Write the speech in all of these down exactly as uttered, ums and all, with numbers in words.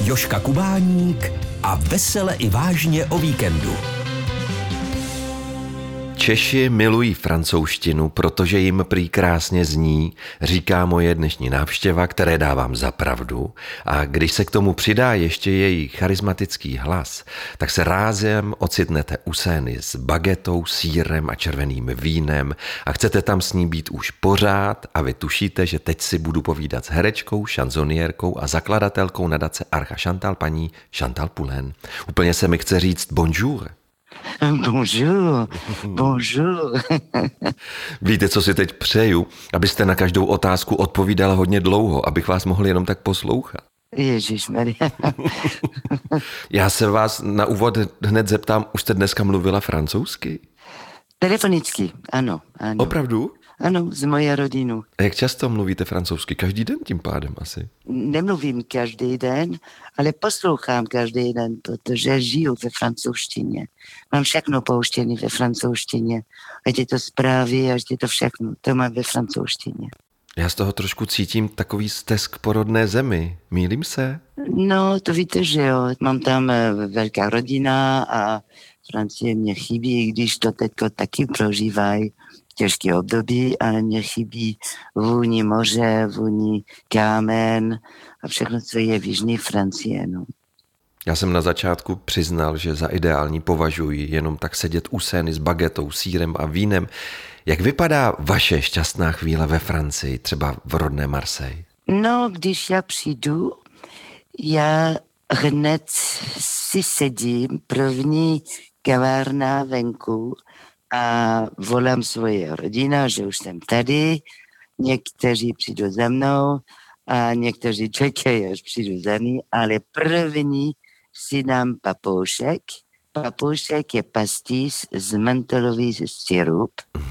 Jožka Kubáník a vesele i vážně o víkendu. Češi milují francouzštinu, protože jim prý krásně zní, říká moje dnešní návštěva, které dávám za pravdu. A když se k tomu přidá ještě její charismatický hlas, tak se rázem ocitnete u scény s bagetou, sýrem a červeným vínem a chcete tam s ní být už pořád a vy tušíte, že teď si budu povídat s herečkou, šanzoniérkou a zakladatelkou nadace Archa Chantal, paní Chantal Poulain. Úplně se mi chce říct bonjour. Bonjour, bonjour. Víte, co si teď přeju? Abyste na každou otázku odpovídala hodně dlouho, abych vás mohl jenom tak poslouchat. Ježišmarja. Já se vás na úvod hned zeptám, už jste dneska mluvila francouzsky? Telefonicky, ano, ano. Opravdu? Ano, z moje rodinu. A jak často mluvíte francouzsky? Každý den tím pádem asi? Nemluvím každý den, ale poslouchám každý den, protože žiju ve francouzštině. Mám všechno pouštěné ve francouzštině. Ať je to zprávy, ať je to všechno. To mám ve francouzštině. Já z toho trošku cítím takový stesk po rodné zemi. Mýlím se? No, to víte, že jo. Mám tam velká rodina a Francie mě chybí, i když to teďko taky prožívají těžké období, ale mě chybí vůni moře, vůni kámen a všechno, co je v jižní Francie. No. Já jsem na začátku přiznal, že za ideální považuji jenom tak sedět u scény s bagetou, sýrem a vínem. Jak vypadá vaše šťastná chvíle ve Francii, třeba v rodné Marseille? No, když já přijdu, já hned si sedím, první kavárna venku, a volám svoje rodina, že už jsem tady, někteří přijdou za mnou a někteří čekají, až přijdu za ní, ale první si dám papoušek. Papoušek je pastýs z mentolový syrup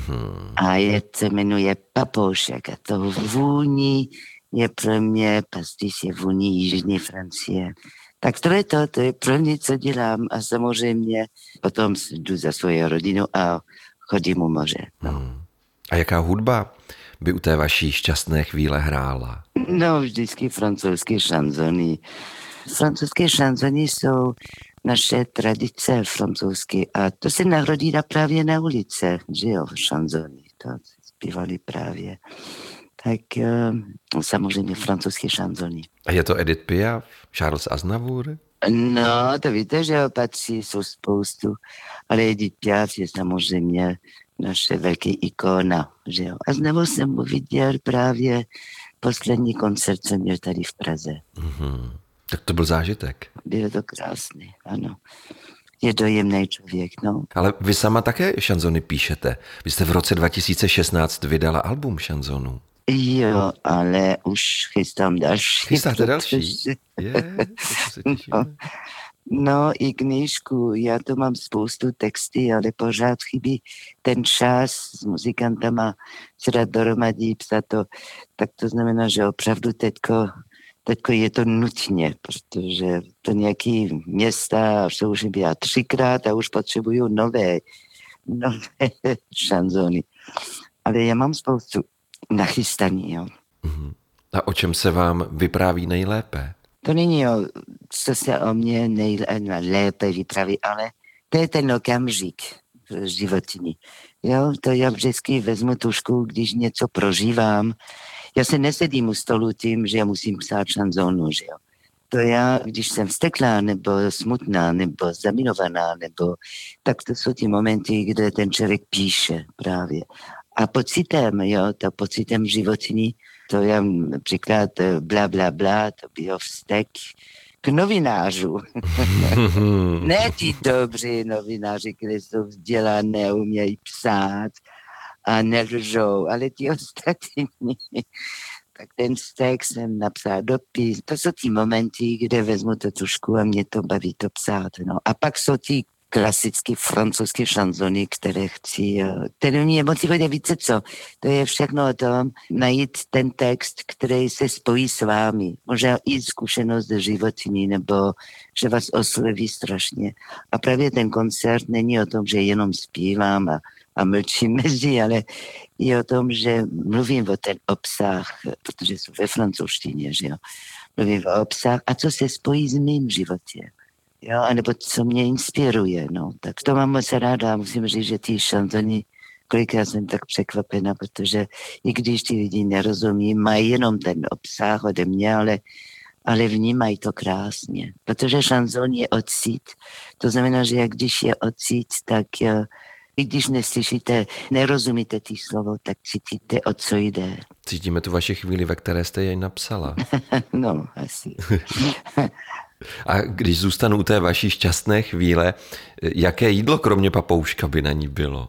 a je, se jmenuje papoušek a to vůní je pro mě, pastýs je vůní jižní Francie. Tak to je to, to je první, co dělám a samozřejmě potom jdu za svoji rodinu a chodím u moře. No. Hmm. A jaká hudba by u té vaší šťastné chvíle hrála? No, vždycky francouzské šanzony. Francouzské šanzony jsou naše tradice francouzské a to se narodí právě na ulice, že jo, šanzony, to zpívali právě. Tak uh, samozřejmě francouzské šanzony. A je to Edith Piaf, Charles Aznavour? No, to víte, že patří, jsou spoustu, ale Edith Piaf je samozřejmě naše velké ikona, že jo. Aznavour jsem uviděl právě poslední koncert, jsem měl tady v Praze. Mm-hmm. Tak to byl zážitek. Bylo to krásné, ano. Je dojemný člověk, no. Ale vy sama také šanzony píšete. Vy jste v roce dva tisíce šestnáct vydala album šanzonů. Jo, ale už chystám další. Chystáte další? Je, no, no i knížku, já to mám spoustu texty, ale pořád chybí ten čas s muzikantama se dát dohromady, psat to, tak to znamená, že opravdu teďko, teďko je to nutně, protože to nějaký města jsou už byla třikrát a už potřebují nové, nové šanzony. Ale já mám spoustu nachystaný, jo. A o čem se vám vypráví nejlépe? To není o, co se o mě nejlépe vypráví, ale to je ten okamžik životní. Jo, to já vždycky vezmu tušku, když něco prožívám. Já se nesedím u stolu tím, že já musím psát šanzonu, že jo. To já, když jsem vzteklá, nebo smutná, nebo zamilovaná, nebo tak to jsou ty momenty, kde ten člověk píše právě. A pocitem, jo, to pocitem životní, to je například bla, bla, bla, to byl vztek k novinářů. Ne ti dobří novináři, kteří jsou vzdělané, umějí psát a nelžou, ale ti ostatní. Tak ten vztek jsem napsal dopis. To jsou ty momenty, kde vezmu to tušku a mě to baví to psát. No. A pak jsou ty klasické francouzské šanzony, které chci, které mě motivuje více co. To je všechno o tom najít ten text, který se spojí s vámi. Možná i zkušenost životní, nebo že vás osloví strašně. A právě ten koncert není o tom, že jenom zpívám a a mlčím mezi, ale i o tom, že mluvím o ten obsah, protože jsou ve francouzštině, že jo. Mluvím o obsah a co se spojí s mým životě. Jo, anebo co mě inspiruje, no. Tak to mám moc ráda a musím říct, že ty šanzony, kolikrát jsem tak překvapena, protože i když ty lidi nerozumí, mají jenom ten obsah ode mě, ale, ale vnímají to krásně. Protože šanzon je ocit. To znamená, že jak když je ocit, tak i když neslyšíte, nerozumíte ty slovo, tak cítíte, o co jde. Cítíme tu vaši chvíli, ve které jste jej napsala. No, asi. A když zůstanu u té vaší šťastné chvíle, jaké jídlo kromě papouška by na ní bylo?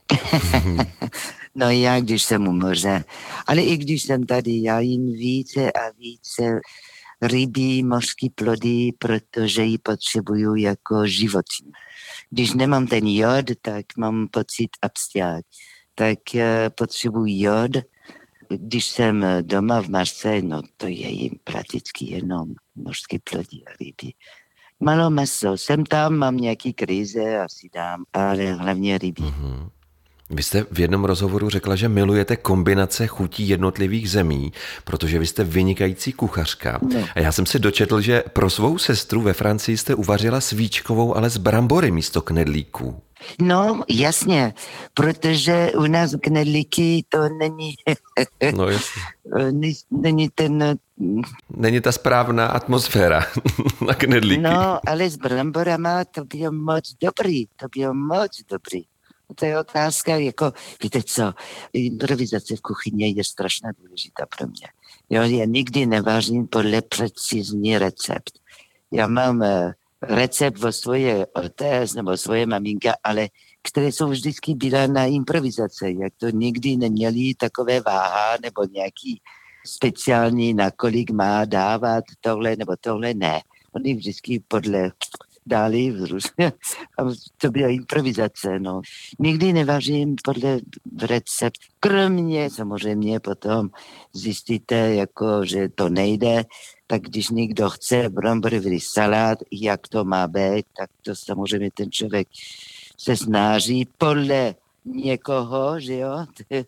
No já, když jsem u moře, ale i když jsem tady, já jim více a více rybí, mořský plody, protože ji potřebuju jako životní. Když nemám ten jod, tak mám pocit abstiák. Tak uh, potřebuji jod. Když jsem doma v Marseille, no to je jim prakticky jenom mořské plody a ryby. Malo maso, jsem tam, mám nějaký krize, asi dám, ale hlavně ryby. Mm-hmm. Vy jste v jednom rozhovoru řekla, že milujete kombinace chutí jednotlivých zemí, protože vy jste vynikající kuchařka. No. A já jsem si dočetl, že pro svou sestru ve Francii jste uvařila svíčkovou, ale z brambory místo knedlíků. No, jasně, protože u nás knedlíky to není... No jasně. Není ten... Není ta správná atmosféra na knedlíky. No, ale s bramborama to bylo moc dobrý, to bylo moc dobrý. To je otázka, jako, víte co, improvizace v kuchyni je strašně důležitá pro mě. Jo, já nikdy nevařím podle precizní recept. Já mám recept o svoje otec nebo svoje maminka, ale které jsou vždycky byla na improvizace, jak to nikdy neměli takové váha nebo nějaký speciální, nakolik má dávat tohle nebo tohle, ne. Oni vždycky podle dali vzrušně. To byla improvizace, no. Nikdy nevařím podle recept. Kromě samozřejmě potom zjistíte, jako, že to nejde, tak když někdo chce bramborový salát, jak to má být, tak to samozřejmě ten člověk se snaží podle někoho, že jo?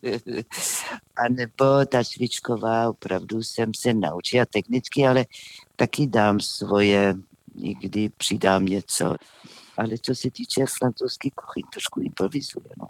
A nebo ta svíčková, opravdu jsem se naučila technicky, ale taky dám svoje, někdy přidám něco. Ale co se týče francouzské kuchyň, trošku improvizuje, no.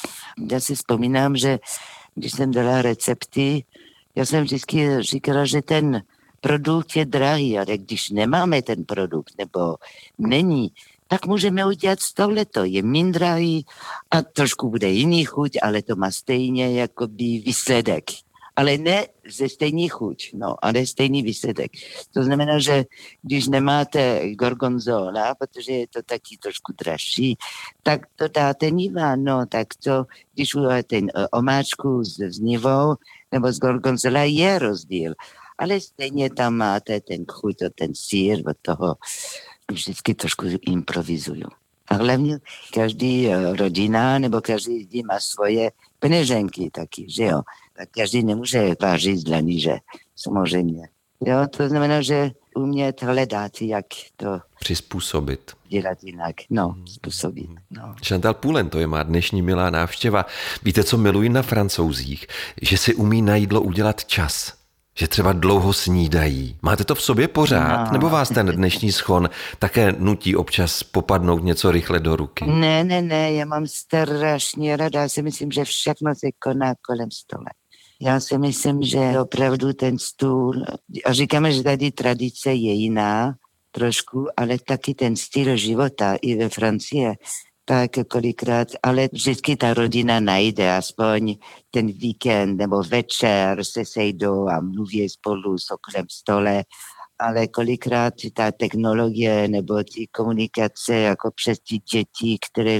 Já si vzpomínám, že když jsem dala recepty, já jsem vždycky říkala, že ten produkt je drahý, ale když nemáme ten produkt, nebo není, tak můžeme udělat tohleto. Je méně drahý a trošku bude jiný chuť, ale to má stejně jakoby výsledek. Ale ne ze stejný chuť, no, ale stejný výsledek. To znamená, že když nemáte gorgonzola, protože je to taky trošku dražší, tak to dáte niva, no, tak to, když uděláte omáčku s, s nivou nebo s gorgonzola, je rozdíl. Ale stejně tam máte ten chuť, ten sír, od toho vždycky trošku improvizuju. A hlavně každý rodina nebo každý lidi má svoje peněženky taky, že jo. Tak každý nemůže vážit z laníže, samozřejmě. Jo, to znamená, že umět hledat, jak to přizpůsobit. Dělat jinak, no, způsobit. No. Chantal Poulin, to je má dnešní milá návštěva. Víte, co miluji na Francouzích? Že si umí na jídlo udělat čas. Že třeba dlouho snídají. Máte to v sobě pořád? No. Nebo vás ten dnešní schon také nutí občas popadnout něco rychle do ruky? Ne, ne, ne, já mám strašně ráda. Já si myslím, že všechno se koná kolem stole. Já si myslím, že opravdu ten stůl, a říkáme, že tady tradice je jiná trošku, ale taky ten styl života i ve Francii, tak kolikrát, ale vždycky ta rodina najde aspoň ten víkend nebo večer se sejdou a mluví spolu s okolem stole, ale kolikrát ta technologie nebo ty komunikace jako přes ty děti, které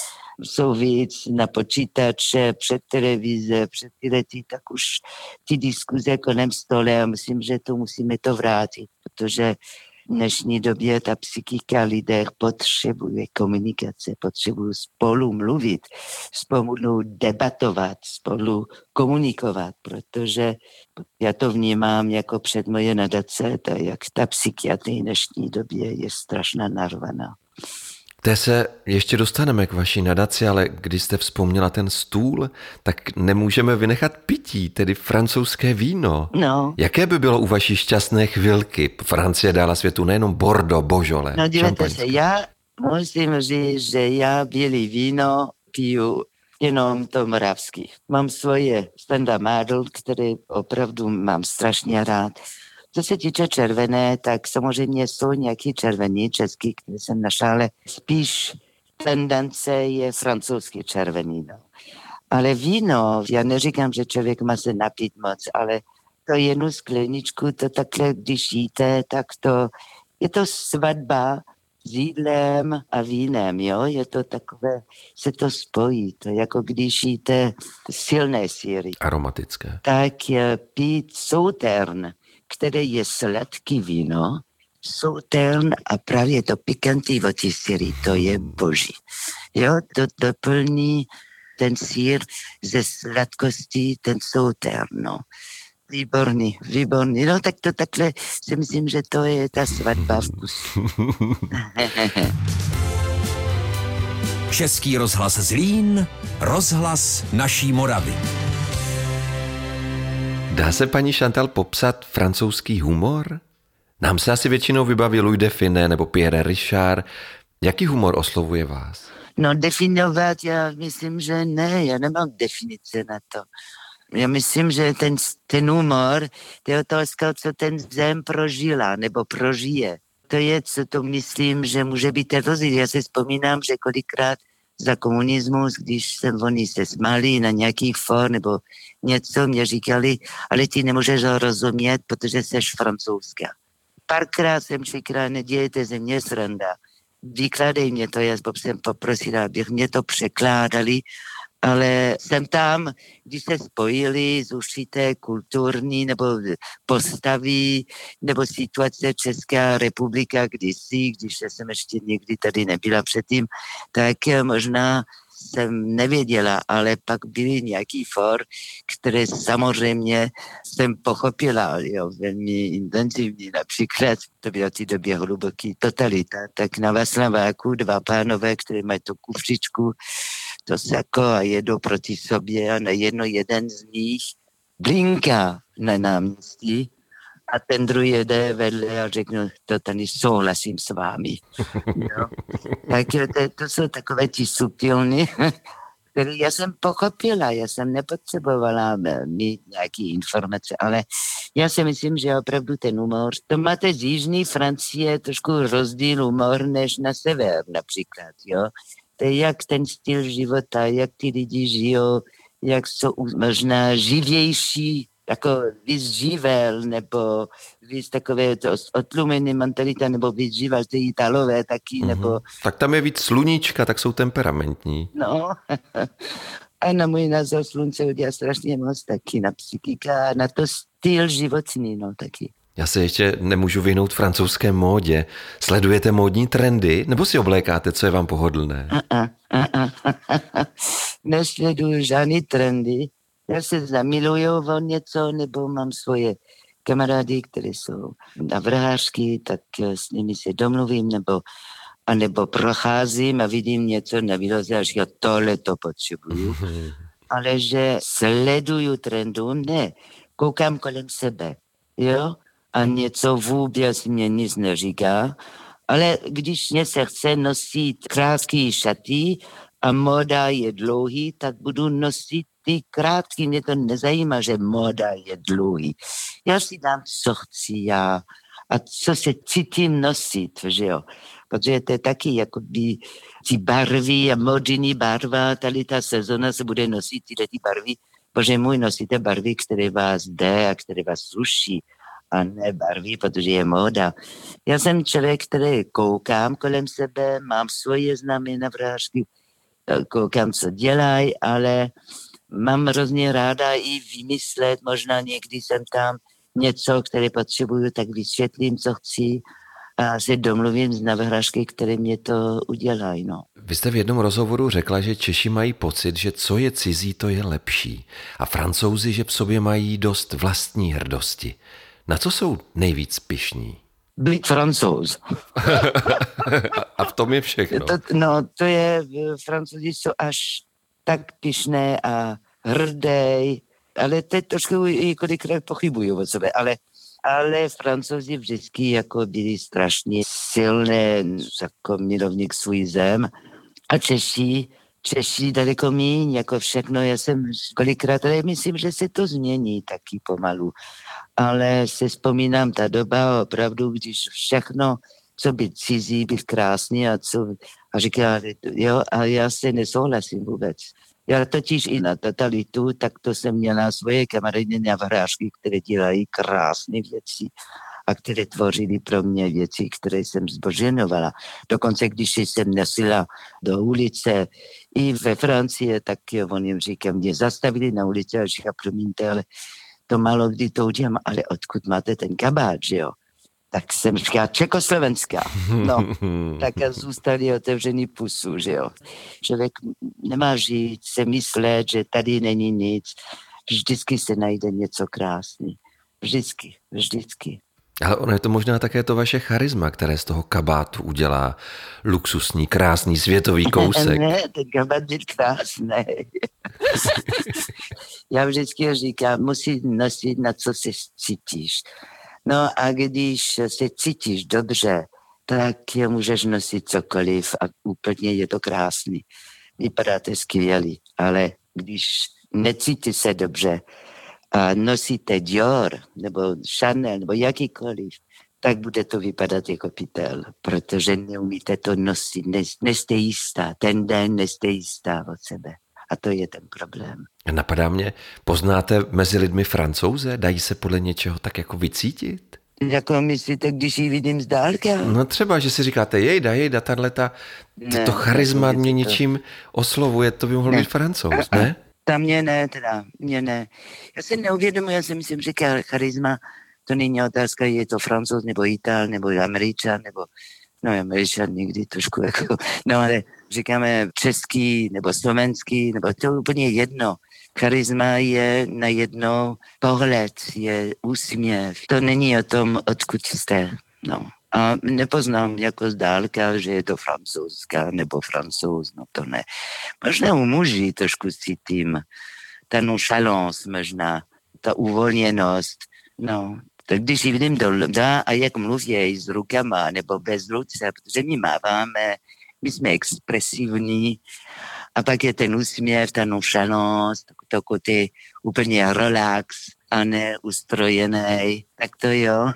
jsou víc na počítače, před televize, před tyhle, tak už ty diskuze kolem stole a myslím, že to musíme to vrátit, protože v dnešní době ta psychika lidé potřebuje komunikace, potřebuje spolu mluvit, spolu debatovat, spolu komunikovat, protože já to vnímám jako před moje nadace, tak jak ta psychiatrie v dnešní době je strašná narvaná. Té se ještě dostaneme k vaší nadaci, ale když jste vzpomněla ten stůl, tak nemůžeme vynechat pití, tedy francouzské víno. No. Jaké by bylo u vaší šťastné chvilky? Francie dala světu nejenom Bordeaux, Beaujolais. No dívejte se, já musím říct, že já bílé víno piju jenom to moravský. Mám svoje Stenda Mádl, které opravdu mám strašně rád. Co se týče červené, tak samozřejmě jsou nějaký červený český, který jsem našel, ale spíš tendence je francouzský červený. No. Ale víno, já neříkám, že člověk má se napít moc, ale to jednu skleničku, to takhle, když jíte, tak to, je to svatba s jídlem a vínem, jo, je to takové, se to spojí, to jako když jíte silné síry. Aromatické. Tak je pít Sautern, které je sladký víno, Sautern a právě to pikantní od té síry, to je boží. Jo, to doplní ten sír ze sladkostí, ten Sautern, no. Výborný, výborný. No tak to takhle si myslím, že to je ta svatba vkusu. Český rozhlas Zlín, rozhlas naší Moravy. Dá se, paní Chantal, popsat francouzský humor? Nám se asi většinou vybaví Louis de Funès nebo Pierre Richard. Jaký humor oslovuje vás? No definovat, já myslím, že ne, já nemám definice na to. Já myslím, že ten, ten humor, to je otázka, co ten zem prožila nebo prožije. To je, co to myslím, že může být rozdíl. Já si vzpomínám, že kolikrát za komunismus, když jsem oni se smáli na nějakých for nebo něco, mě říkali, ale ty nemůžeš ho rozumět, protože jsi francouzská. Párkrát jsem říkala, nedějte ze mě sranda. Vykládej mě to, já jsem poprosila, abych mě to překládali, ale jsem tam, když se spojili z určité kulturní nebo postavy nebo situace Česká republika kdysi, když jsem ještě někdy tady nebyla předtím, tak možná jsem nevěděla, ale pak byly nějaký for, které samozřejmě jsem pochopila, jo, velmi intenzivní. Například to byla v té době hluboký totalita, tak na Václaváku dva pánové, které mají tu kufřičku, to sako a jedou proti sobě a najednou jeden z nich blinká na náměstí a ten druhý jede vedle a řekne, to tady souhlasím s vámi. Jo. Tak to, to jsou takové ti subtilní, které já jsem pochopila, já jsem nepotřebovala mít nějaký informace, ale já si myslím, že opravdu ten humor, to máte z jižní Francie trošku rozdíl humor než na sever například, jo. To je jak ten styl života, jak ty lidi žijou, jak jsou možná živější, jako víc živel, nebo víc takové to otlumené mentalita, nebo víc živel, ty Italové taky, mm-hmm. nebo... Tak tam je víc sluníčka, tak jsou temperamentní. No, a na můj názor slunce udělá strašně moc taky, na psychika, na to styl životní, no taky. Já se ještě nemůžu vyhnout francouzské módě. Sledujete módní trendy, nebo si oblékáte, co je vám pohodlné? Uh-uh, uh-uh. Nesleduju žádný trendy. Já se zamiluju o něco, nebo mám svoje kamarády, které jsou navrhářky, tak s nimi se domluvím, nebo, anebo procházím a vidím něco na výloze a říkám, tohle to potřebuju. Ale že sleduju trendu, ne. Koukám kolem sebe, jo? A něco vůbec mě nic neříká, ale když mě se chce nosit krátké šaty a moda je dlouhý, tak budu nosit ty krátké, mě to nezajímá, že moda je dlouhý. Já si dám, co chci já a co se cítím nosit, že jo. Protože to je taky jakoby ty barvy a modní barva, tady ta sezona se bude nosit tyhle ty barvy, bože můj, nosíte barvy, které vás jde a které vás sluší, a ne barvy, protože je móda. Já jsem člověk, který koukám kolem sebe, mám svoje známé navrhářky, koukám, co dělají, ale mám hrozně ráda i vymyslet, možná někdy jsem tam něco, které potřebuju, tak vysvětlím, co chci a se domluvím s navrhářky, které mě to udělají. No. Vy jste v jednom rozhovoru řekla, že Češi mají pocit, že co je cizí, to je lepší. A Francouzi, že v sobě mají dost vlastní hrdosti. Na co jsou nejvíc pyšní? Být Francouz. A v tom je všechno. To, no, to je, Francouzi jsou až tak pyšné a hrdé, ale teď trošku i kolikrát pochybují o sobě, ale, ale Francouzi vždycky jako byli strašně silné, jako milovník svůj zem a Češi, Češi daleko míň, jako všechno, já jsem kolikrát, ale myslím, že se to změní taky pomalu. Ale se vzpomínám ta doba opravdu, když všechno, co být cizí, být krásný a co, a říká, jo, a já se nesouhlasím vůbec. Já totiž i na totalitu, tak to jsem měla svoje kamarády na vrážky, které dělají krásné věci a které tvořili pro mě věci, které jsem zbožňovala. Dokonce, když jsem nosila do ulice i ve Francii, tak oni říkají, mě zastavili na ulici a říkají, promiňte, ale to málo kdy to udělám, ale odkud máte ten kabát, že jo? Tak jsem říkala, Čekoslovenská. No, tak a zůstali otevřený pusu, že jo. Člověk nemá žít, se myslet, že tady není nic. Vždycky se najde něco krásný. Vždycky, vždycky. Ale ono je to možná také to vaše charisma, které z toho kabátu udělá luxusní, krásný světový kousek. Ne, ten kabát byl krásný. Já vždycky říkám, musí nosit, na co se cítíš. No a když se cítíš dobře, tak můžeš nosit cokoliv a úplně je to krásný. Vypadáte skvělý, ale když necítíte se dobře a nosíte Dior nebo Chanel nebo jakýkoliv, tak bude to vypadat jako pytel, protože neumíte to nosit, nejste jistá, ten den nejste jistá od sebe. A to je ten problém. Napadá mě, poznáte mezi lidmi Francouze? Dají se podle něčeho tak jako vycítit? Jako myslíte, když ji vidím zdálka? No třeba, že si říkáte, jejda, jejda, tato, to charisma mě něčím oslovuje, to by mohl být Francouz, ne? Tam mě ne, teda, mě ne. Já se neuvědomuji, já si myslím, že charisma, to není otázka, je to Francouz, nebo Ital, nebo Američan, nebo, no Američan někdy trošku jako, no ale říkáme český, nebo slovenský, nebo to je úplně jedno. Charisma je na jedno pohled, je úsměv. To není o tom, odkud jste, no. A nepoznám jako zdálka, že je to francouzská nebo Francouz, no to ne. Možná u muží trošku cítím ta nonchalance možná, ta uvolněnost, no. Tak když ji vidím do lda a jak mluví s rukama nebo bez ruce, protože my máváme, my jsme expresivní a pak je ten úsměv, ta nonchalance, to koty úplně relax a ne ustrojený, tak to jo.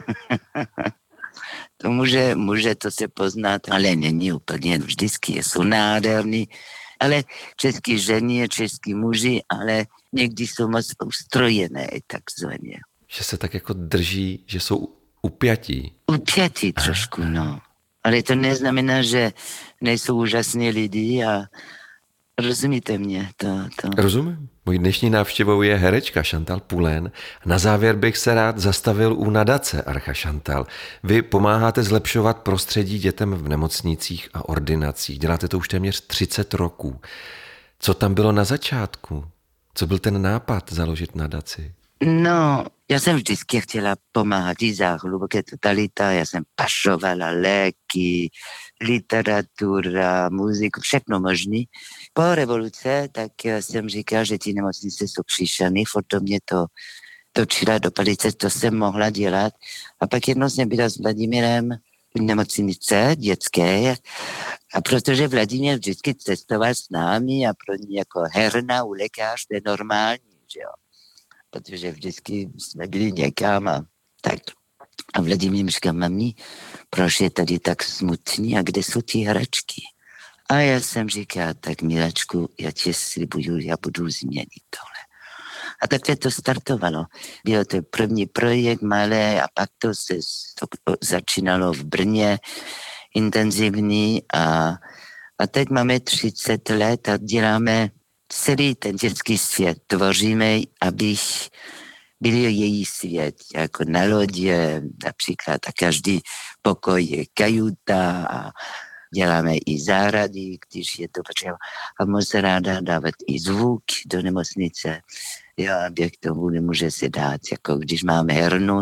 To může, může to se poznat, ale není úplně vždycky, jsou nádherný. Ale český ženy, český muži, ale někdy jsou moc ustrojené, takzvaně. Že se tak jako drží, že jsou upjatí. Upjatí trošku, no. Ale to neznamená, že nejsou úžasní lidi a rozumíte mě, to, to. Rozumím. Mojí dnešní návštěvou je herečka Chantal Poulain. Na závěr bych se rád zastavil u nadace Archa Chantal. Vy pomáháte zlepšovat prostředí dětem v nemocnicích a ordinacích. Děláte to už téměř třicet roků. Co tam bylo na začátku? Co byl ten nápad založit nadaci? No, já jsem vždycky chtěla pomáhat i za hluboké totalita. Já jsem pašovala léky, literatura, muziku, všechno možný. Po revoluce, tak jsem říkala, že ty nemocnice jsou příšerný, proto mě to točila do palice, to jsem mohla dělat. A pak jednou jsem byla s Vladimírem v nemocnice dětské, a protože Vladimír vždycky cestoval s námi a pro ně jako herna u lékař, to je normální, že jo. Protože vždycky jsme byli někam a tak. A Vladimír mi říká, mami, proč je tady tak smutný a kde jsou ty hračky? A já jsem říkal, tak miláčku, já ti slibuju, já budu změnit tohle. A takhle to startovalo. Byl to první projekt malé a pak to se to začínalo v Brně intenzivní a, a teď máme třicet let a děláme celý ten dětský svět. Tvoříme, abych byl její svět, jako na lodě například a každý pokoj je kajuta a děláme i zahrady, když je to potřeba. A moc ráda dávat i zvuk do nemocnice. Jo, aby k tomu nemůže se dát, jako když máme hernu,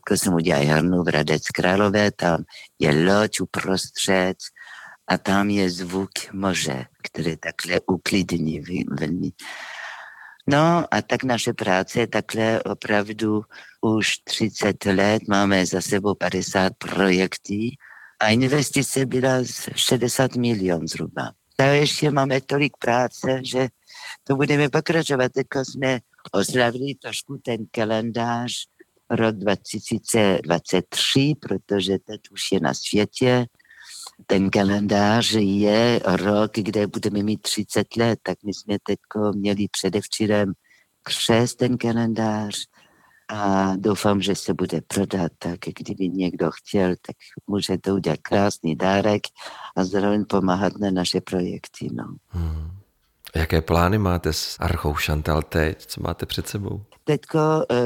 Teďko jsem udělal hernu v Hradec Králové, tam je loď uprostřed a tam je zvuk moře, který takhle uklidní velmi. No a tak naše práce je takhle opravdu už třicet let, máme za sebou padesát projektů a investice byla šedesát milionů zhruba. Tak ještě máme tolik práce, že to budeme pokračovat. Teďko jsme oslavili trošku ten kalendář rok dva tisíce dvacet tři, protože teď už je na světě. Ten kalendář je rok, kde budeme mít třicet let, tak my jsme teďko měli předevčírem křest ten kalendář a doufám, že se bude prodat, tak kdyby někdo chtěl, tak může to udělat krásný dárek a zároveň pomáhat na naše projekty. No. Hmm. Jaké plány máte s Archou Chantal teď? Co máte před sebou? Teďko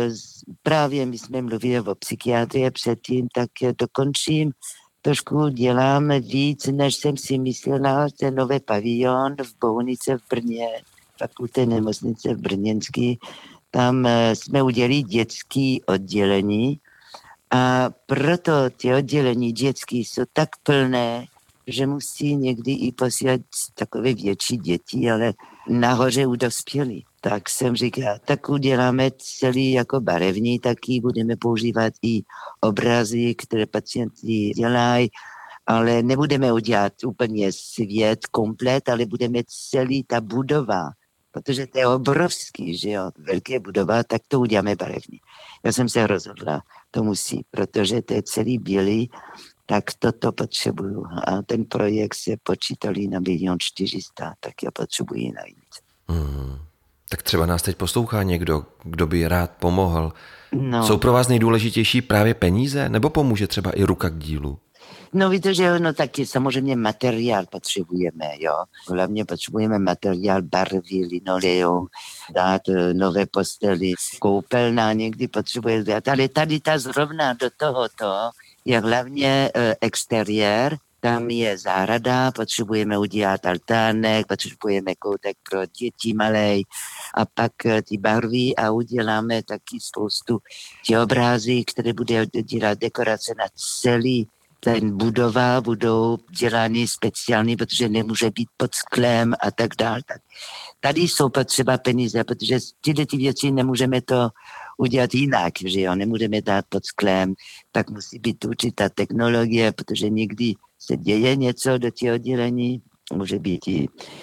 právě my jsme mluvili o psychiatrii předtím, tak dokončím. Trošku dělám víc, než jsem si myslela, ten nový pavilon v Bohunice v Brně, fakultě nemocnice v Brněnský. Tam jsme udělali dětské oddělení a proto ty oddělení dětské jsou tak plné, že musí někdy i posílat takové větší děti, ale nahoře u dospělí. Tak jsem říkal, tak uděláme celý jako barevný, taky budeme používat i obrazy, které pacienti dělají, ale nebudeme udělat úplně svět komplet, ale budeme celý ta budova, protože to je obrovský, že jo, velké budova, tak to uděláme barevný. Já jsem se rozhodla, to musí, protože to je celý bílý, tak toto potřebuju. A ten projekt se počítali na milion čtyřista, tak já potřebuji najít. Hmm. Tak třeba nás teď poslouchá někdo, kdo by rád pomohl. No. Jsou pro vás nejdůležitější právě peníze, nebo pomůže třeba i ruka k dílu? No víte, že no taky samozřejmě materiál potřebujeme, jo. Hlavně potřebujeme materiál, barvy, linoleum, dát nové postely, koupelna někdy potřebuje dát, ale tady ta zrovna do tohoto je hlavně e, exteriér, tam je zahrada, potřebujeme udělat altánek, potřebujeme koutek pro děti malej a pak ty barvy a uděláme taky spoustu ty obrazy, které bude dělat dekorace na celý ten budova, budou dělány speciální, protože nemůže být pod sklem a tak dále. Tady jsou potřeba peníze, protože tyhle ty věci nemůžeme to udělat jinak, že jo, nemůžeme dát pod sklem, tak musí být určitá technologie, protože někdy se děje něco do těch oddělení, může být i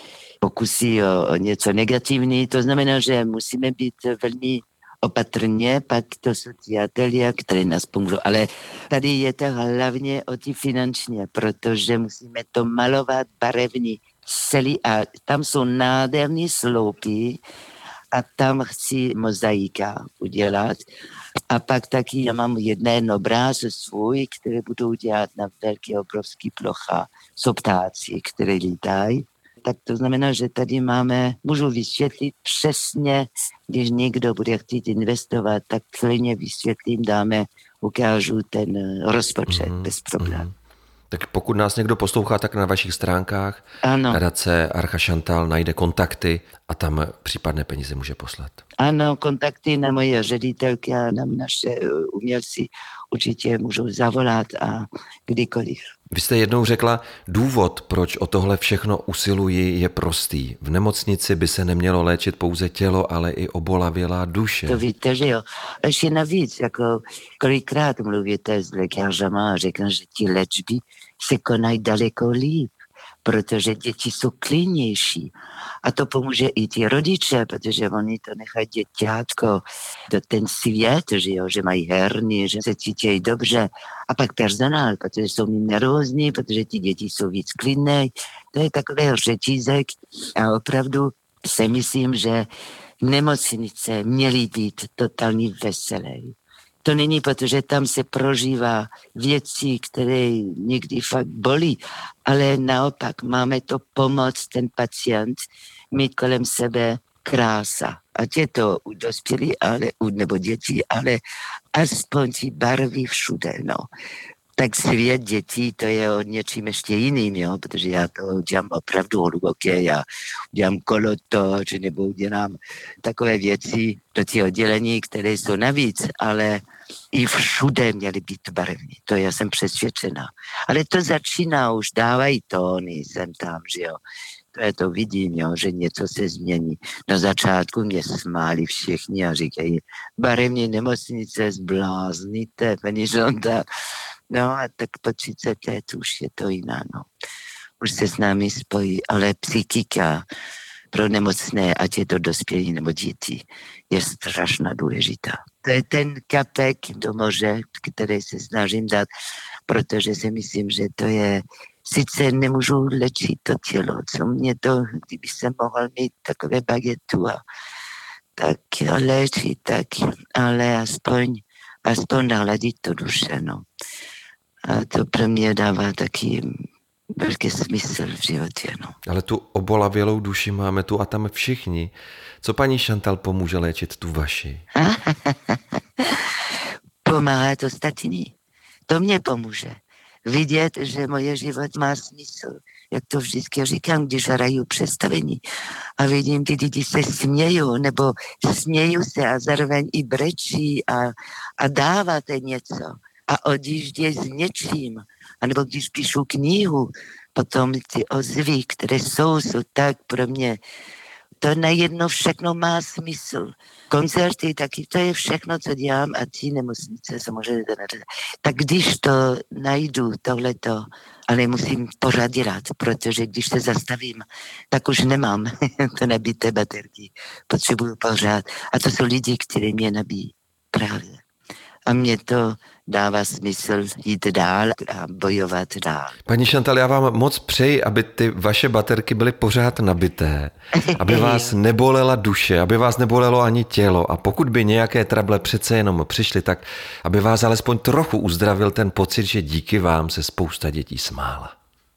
pokusy o, o něco negativní, to znamená, že musíme být velmi opatrně, pak to jsou ty ateliéry, které nás pomůžou. Ale tady je to hlavně o ty finančně, protože musíme to malovat barevný celý a tam jsou nádherný sloupy a tam chci mozaika udělat. A pak taky já mám jeden obraz svůj, který budu dělat na velké obrovské plocha s ptáci, které lítají. Tak to znamená, že tady máme, můžu vysvětlit přesně, když někdo bude chtít investovat, tak klidně vysvětlím, dáme, ukážu ten rozpočet mm, bez problémů. Mm. Tak pokud nás někdo poslouchá, tak na vašich stránkách ano. nadace Archa Chantal najde kontakty a tam případné peníze může poslat. Ano, kontakty na moje ředitelky a na naše umělci určitě můžou zavolat a kdykoliv. Vy jste jednou řekla, důvod, proč o tohle všechno usiluji, je prostý. V nemocnici by se nemělo léčit pouze tělo, ale i obolavělá duše. To víte, že jo. Ještě navíc, jako kolikrát mluvíte s lékařama a řekne, že ti léčby se konají daleko líp, protože děti jsou klidnější. A to pomůže i ti rodiče, protože oni to nechají děťátko do ten svět, že, jo, že mají herny, že se cítějí dobře. A pak personál, protože jsou mi nervózní, protože ti děti jsou víc klidné. To je takový řetízek a opravdu si myslím, že nemocnice měly být totálně veselé. To není, protože tam se prožívá věci, které někdy fakt bolí, ale naopak máme to pomoct ten pacient mít kolem sebe krása. Ať je to u dospělí, ale, u, nebo dětí, ale aspoň ty barvy všude. No. Tak svět dětí, to je o něčím ještě jiným, jo, protože já to dělám opravdu hluboké, já dělám kolotoč, nebo dělám takové věci do těch oddělení, které jsou navíc, ale i všude měly být barevní, to já jsem přesvědčená. Ale to začíná, už dávají tóny, jsem tam, že jo. To je to vidím, jo, že něco se změní. Na začátku mě smáli všichni a říkají, barevní nemocnice, zblázníte, paní Žonta. No a tak po třicet let už je to jiná, no. Už se s námi spojí, ale psychika pro nemocné, ať je to dospělí nebo děti, je strašně důležitá. To je ten kapek do moře, který se snažím dát, protože si myslím, že to je, sice nemůžu léčit to tělo, co mě to, kdyby jsem mohl mít takové bagetu a tak léčit, tak, ale aspoň, aspoň nahladit to duše, no. A to pro mě dává taky velký smysl v životě, no. Ale tu obolavělou duši máme tu a tam všichni. Co paní Chantal pomůže léčit tu vaši? Pomáhat ostatní. To mě pomůže. Vidět, že moje život má smysl. Jak to vždycky říkám, když hraju představení a vidím, ty lidi se smějí, nebo smějí se a zároveň i brečí a, a dáváte něco a odjíždí s něčím. A nebo když píšu knihu, potom ty ozvy, které jsou, jsou tak pro mě, to najednou všechno má smysl. Koncerty, taky to je všechno, co dělám a ty nemocnice samozřejmě. Tak když to najdu, tohleto, ale musím pořád dělat, protože když se zastavím, tak už nemám to nabité baterky. Potřebuju pořád. A to jsou lidi, kteří mě nabíjí právě. A mě to dává smysl jít dál a bojovat dál. Paní Chantal, já vám moc přeji, aby ty vaše baterky byly pořád nabité, aby vás nebolela duše, aby vás nebolelo ani tělo a pokud by nějaké trable přece jenom přišly, tak aby vás alespoň trochu uzdravil ten pocit, že díky vám se spousta dětí smála.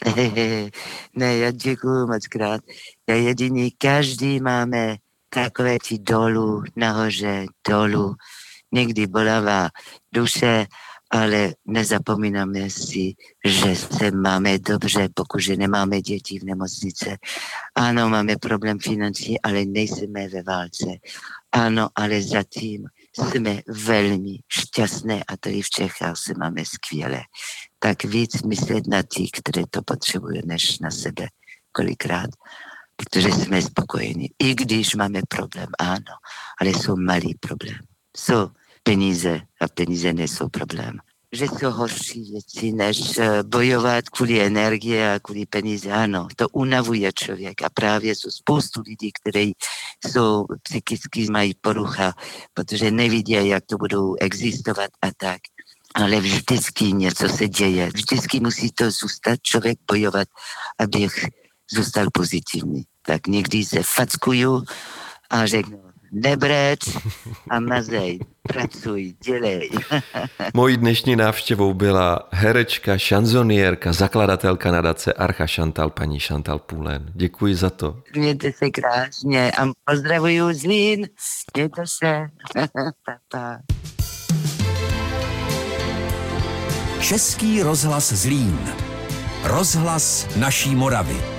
Ne, já děkuju moc krát. Já jediný, každý máme takové ti dolů, nahoře, dolů, někdy bolavá duše, ale nezapomínáme si, že se máme dobře, pokud nemáme děti v nemocnice. Ano, máme problém finanční, ale nejsme ve válce. Ano, ale zatím jsme velmi šťastné a tady v Čechách se máme skvěle. Tak víc myslet na ty, které to potřebují, než na sebe kolikrát, protože jsme spokojení. I když máme problém, ano, ale jsou malý problém. Jsou peníze a peníze nejsou problém. Že jsou horší věci, než bojovat kvůli energie a kvůli peníze. Ano, to unavuje člověk a právě jsou spoustu lidí, kteří jsou psychicky mají porucha, protože nevidí, jak to budou existovat a tak. Ale vždycky něco se děje. Vždycky musí to zůstat člověk bojovat, aby zůstal pozitivní. Tak někdy se fackuju a řeknu, nebreč a mazej, pracuj, dělej. Mojí dnešní návštěvou byla herečka, šanzoniérka, zakladatelka nadace Archa Chantal, paní Chantal Poulain. Děkuji za to. Mějte se krásně a pozdravuju Zlín. Mějte se. Pa, pa. Český rozhlas Zlín. Rozhlas naší Moravy.